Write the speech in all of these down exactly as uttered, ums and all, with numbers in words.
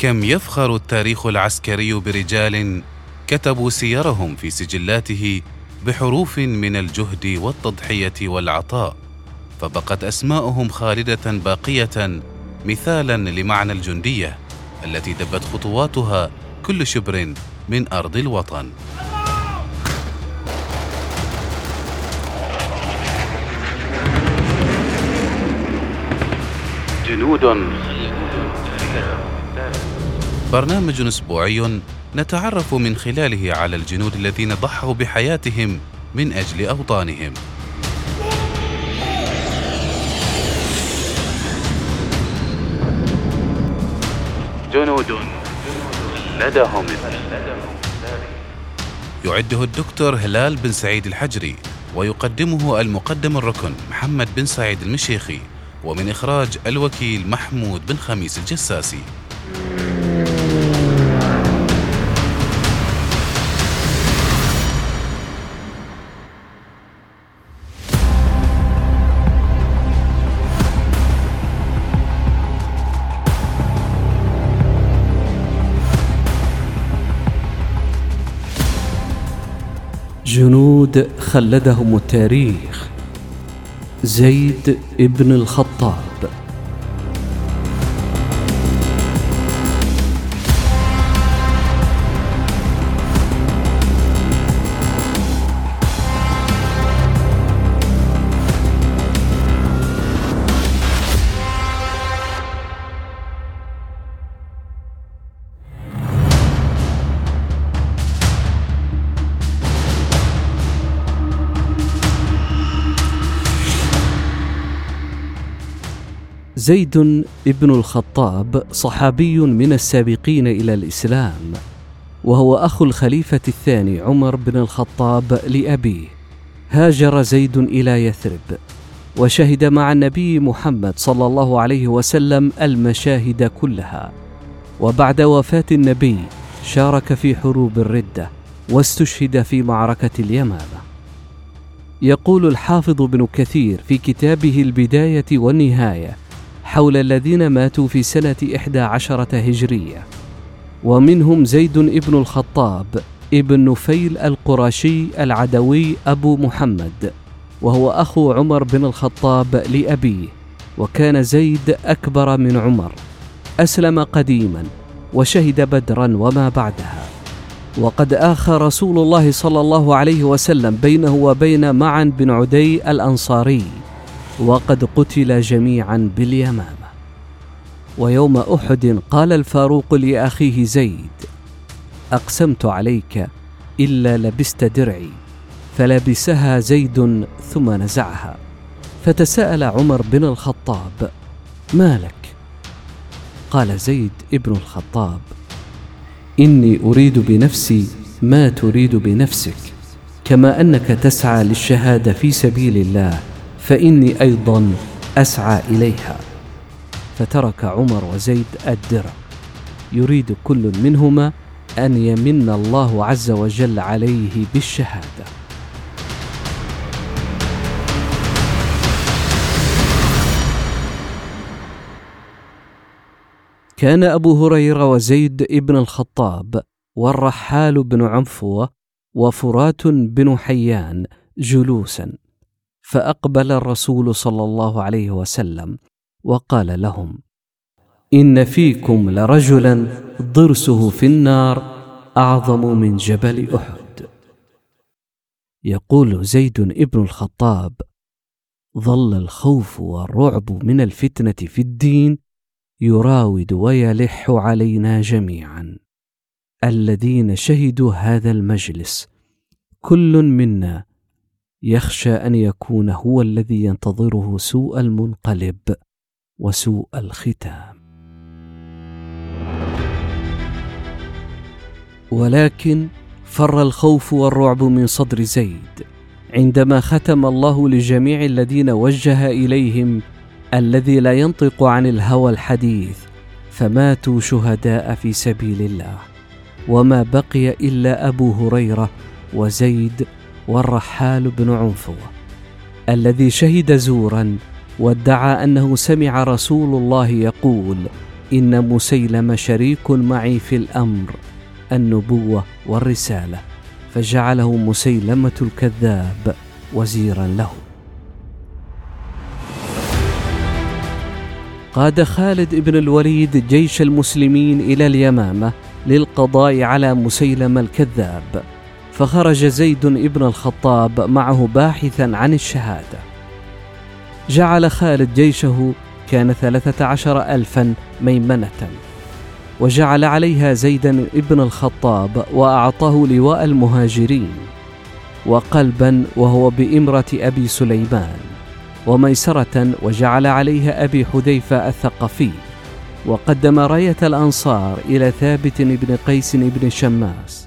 كم يفخر التاريخ العسكري برجال كتبوا سيرهم في سجلاته بحروف من الجهد والتضحية والعطاء، فبقت أسماؤهم خالدة باقية مثالا لمعنى الجندية التي دبت خطواتها كل شبر من أرض الوطن. جنود. برنامج أسبوعي نتعرف من خلاله على الجنود الذين ضحوا بحياتهم من أجل أوطانهم. جنود لدهم. يعده الدكتور هلال بن سعيد الحجري، ويقدمه المقدم الركن محمد بن سعيد المشيخي، ومن إخراج الوكيل محمود بن خميس الجساسي. جنود خلدهم التاريخ. زيد ابن الخطاب. زيد ابن الخطاب صحابي من السابقين إلى الإسلام، وهو أخو الخليفة الثاني عمر بن الخطاب لأبيه. هاجر زيد إلى يثرب وشهد مع النبي محمد صلى الله عليه وسلم المشاهد كلها، وبعد وفاة النبي شارك في حروب الردة واستشهد في معركة اليمامة. يقول الحافظ ابن كثير في كتابه البداية والنهاية حول الذين ماتوا في سنة إحدى عشرة هجرية، ومنهم زيد ابن الخطاب ابن نفيل القرشي العدوي أبو محمد، وهو أخو عمر بن الخطاب لأبيه، وكان زيد أكبر من عمر. أسلم قديما وشهد بدرا وما بعدها، وقد آخى رسول الله صلى الله عليه وسلم بينه وبين معن بن عدي الأنصاري، وقد قتل جميعا باليمامة. ويوم أحد قال الفاروق لأخيه زيد: أقسمت عليك إلا لبست درعي، فلبسها زيد ثم نزعها. فتساءل عمر بن الخطاب: ما لك؟ قال زيد ابن الخطاب: إني أريد بنفسي ما تريد بنفسك، كما أنك تسعى للشهادة في سبيل الله فإني أيضا أسعى إليها. فترك عمر وزيد الدرع، يريد كل منهما أن يمن الله عز وجل عليه بالشهادة. كان أبو هريرة وزيد ابن الخطاب والرحال بن عنفوة وفرات بن حيان جلوسا، فأقبل الرسول صلى الله عليه وسلم وقال لهم: إن فيكم لرجلا ضرسه في النار أعظم من جبل أحد. يقول زيد ابن الخطاب: ظل الخوف والرعب من الفتنة في الدين يراود ويلح علينا جميعا، الذين شهدوا هذا المجلس كل منا يخشى أن يكون هو الذي ينتظره سوء المنقلب وسوء الختام. ولكن فر الخوف والرعب من صدر زيد عندما ختم الله لجميع الذين وجه إليهم الذي لا ينطق عن الهوى الحديث، فماتوا شهداء في سبيل الله، وما بقي إلا أبو هريرة وزيد والرحال بن عنفوة الذي شهد زورا وادعى أنه سمع رسول الله يقول: إن مسيلمة شريك معي في الأمر، النبوة والرسالة، فجعله مسيلمة الكذاب وزيرا له. قاد خالد بن الوليد جيش المسلمين إلى اليمامة للقضاء على مسيلمة الكذاب، فخرج زيد بن الخطاب معه باحثا عن الشهادة. جعل خالد جيشه كان ثلاثة عشر ألفا ميمنة، وجعل عليها زيدا بن الخطاب وأعطاه لواء المهاجرين، وقلبا وهو بإمرة أبي سليمان، وميسرة وجعل عليها أبي حذيفة الثقفي، وقدم راية الأنصار إلى ثابت بن قيس بن شماس.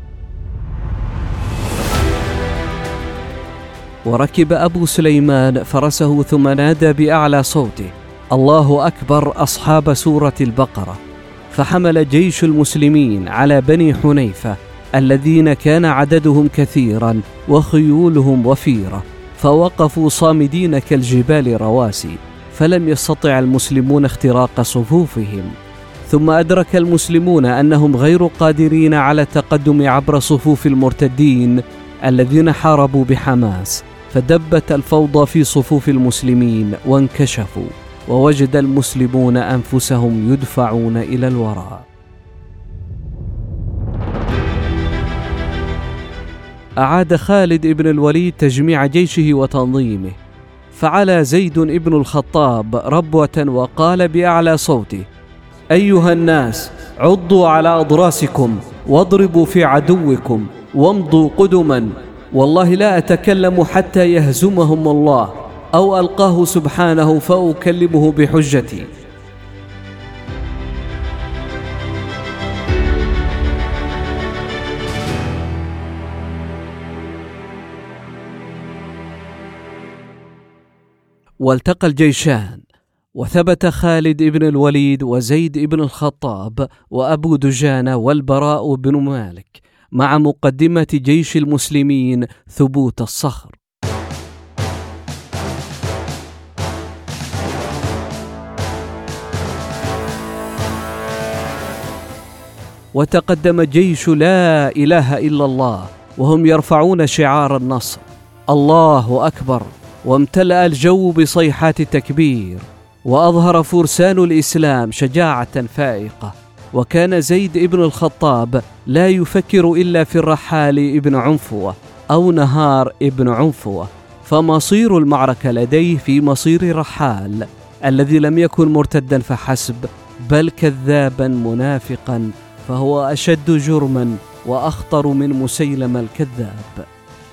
وركب أبو سليمان فرسه ثم نادى بأعلى صوته: الله أكبر أصحاب سورة البقرة. فحمل جيش المسلمين على بني حنيفة الذين كان عددهم كثيرا وخيولهم وفيرة، فوقفوا صامدين كالجبال رواسي، فلم يستطع المسلمون اختراق صفوفهم. ثم أدرك المسلمون أنهم غير قادرين على التقدم عبر صفوف المرتدين الذين حاربوا بحماس، فدبت الفوضى في صفوف المسلمين وانكشفوا، ووجد المسلمون أنفسهم يدفعون إلى الوراء. أعاد خالد بن الوليد تجميع جيشه وتنظيمه، فعلى زيد بن الخطاب ربوة وقال بأعلى صوته: أيها الناس، عضوا على أضراسكم واضربوا في عدوكم وامضوا قدما، والله لا أتكلم حتى يهزمهم الله أو ألقاه سبحانه فأكلمه بحجتي. والتقى الجيشان، وثبت خالد بن الوليد وزيد بن الخطاب وأبو دجانة والبراء بن مالك مع مقدمة جيش المسلمين ثبوت الصخر. وتقدم جيش لا إله إلا الله وهم يرفعون شعار النصر: الله أكبر، وامتلأ الجو بصيحات التكبير، وأظهر فرسان الإسلام شجاعة فائقة. وكان زيد بن الخطاب لا يفكر إلا في الرحال ابن عنفوة أو نهار ابن عنفوة، فمصير المعركة لديه في مصير رحال الذي لم يكن مرتدا فحسب، بل كذابا منافقا، فهو أشد جرما وأخطر من مسيلمة الكذاب.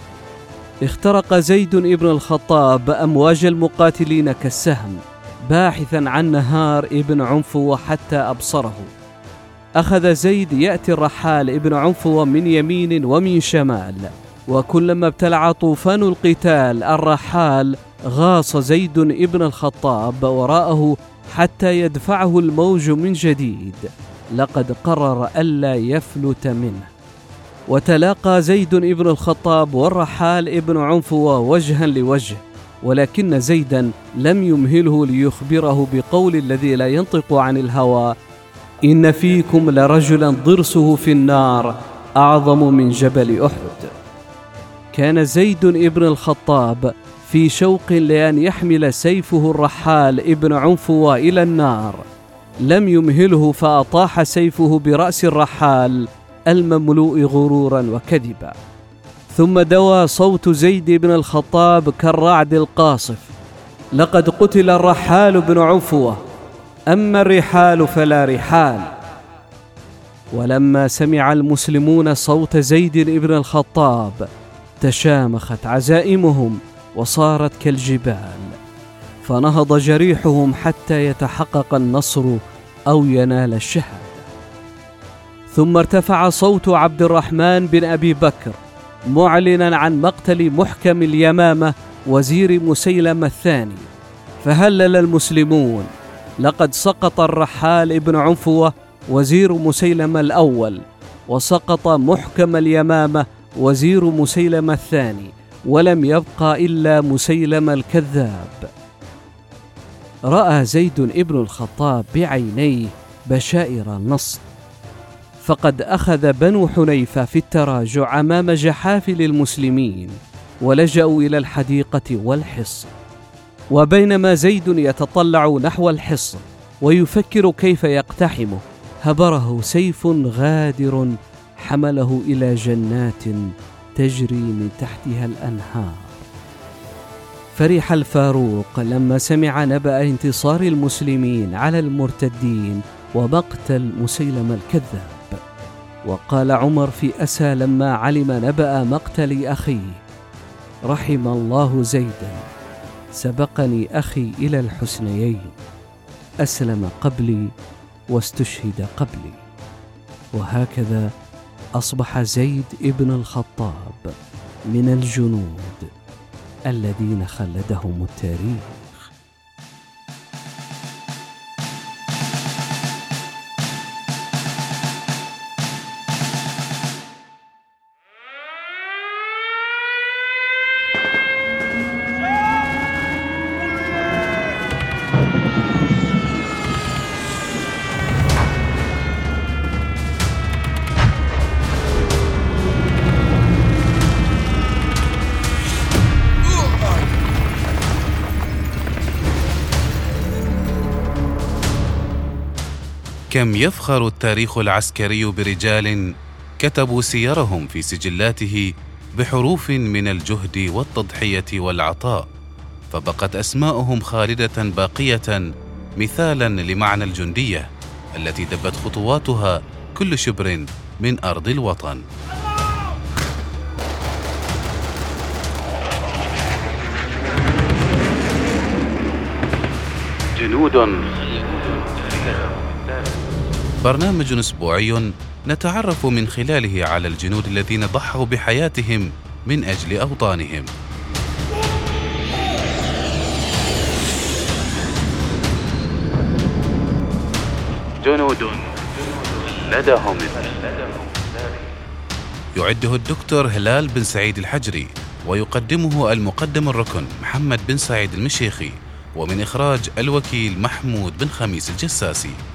اخترق زيد بن الخطاب أمواج المقاتلين كالسهم، باحثا عن نهار ابن عنفوة حتى أبصره. أخذ زيد يأتي الرحال ابن عنفوة من يمين ومن شمال، وكلما ابتلع طوفان القتال الرحال غاص زيد ابن الخطاب وراءه حتى يدفعه الموج من جديد، لقد قرر ألا يفلت منه. وتلاقى زيد ابن الخطاب والرحال ابن عنفوة وجها لوجه، ولكن زيدا لم يمهله ليخبره بقول الذي لا ينطق عن الهوى: إن فيكم لرجلا ضرسه في النار أعظم من جبل أحد. كان زيد ابن الخطاب في شوق لأن يحمل سيفه الرحال ابن عنفوة إلى النار، لم يمهله فأطاح سيفه برأس الرحال المملوء غرورا وكذبا. ثم دوى صوت زيد بن الخطاب كالرعد القاصف: لقد قتل الرحال بن عنفوة، أما الرحال فلا رحال. ولما سمع المسلمون صوت زيد بن الخطاب تشامخت عزائمهم وصارت كالجبال، فنهض جريحهم حتى يتحقق النصر أو ينال الشهادة. ثم ارتفع صوت عبد الرحمن بن أبي بكر معلنا عن مقتل محكم اليمامة وزير مسيلمة الثاني، فهلل المسلمون: لقد سقط الرحال ابن عنفوة وزير مسيلمة الأول، وسقط محكم اليمامة وزير مسيلمة الثاني، ولم يبقى إلا مسيلمة الكذاب. رأى زيد ابن الخطاب بعينيه بشائر النصر، فقد أخذ بنو حنيفة في التراجع أمام جحافل المسلمين ولجأوا إلى الحديقة والحصن. وبينما زيد يتطلع نحو الحصن ويفكر كيف يقتحمه، هبره سيف غادر حمله إلى جنات تجري من تحتها الأنهار. فرح الفاروق لما سمع نبأ انتصار المسلمين على المرتدين ومقتل مسيلمة الكذاب. وقال عمر في أسى لما علم نبأ مقتل أخيه: رحم الله زيدا، سبقني أخي إلى الحسنيين، أسلم قبلي واستشهد قبلي. وهكذا أصبح زيد ابن الخطاب من الجنود الذين خلدهم التاريخ. كم يفخر التاريخ العسكري برجال كتبوا سيرهم في سجلاته بحروف من الجهد والتضحية والعطاء، فبقت أسماؤهم خالدة باقية مثالا لمعنى الجندية التي دبت خطواتها كل شبر من أرض الوطن. جنود، برنامج أسبوعي نتعرف من خلاله على الجنود الذين ضحوا بحياتهم من أجل أوطانهم. جنود لدهم يعده الدكتور هلال بن سعيد الحجري، ويقدمه المقدم الركن محمد بن سعيد المشيخي، ومن إخراج الوكيل محمود بن خميس الجساسي.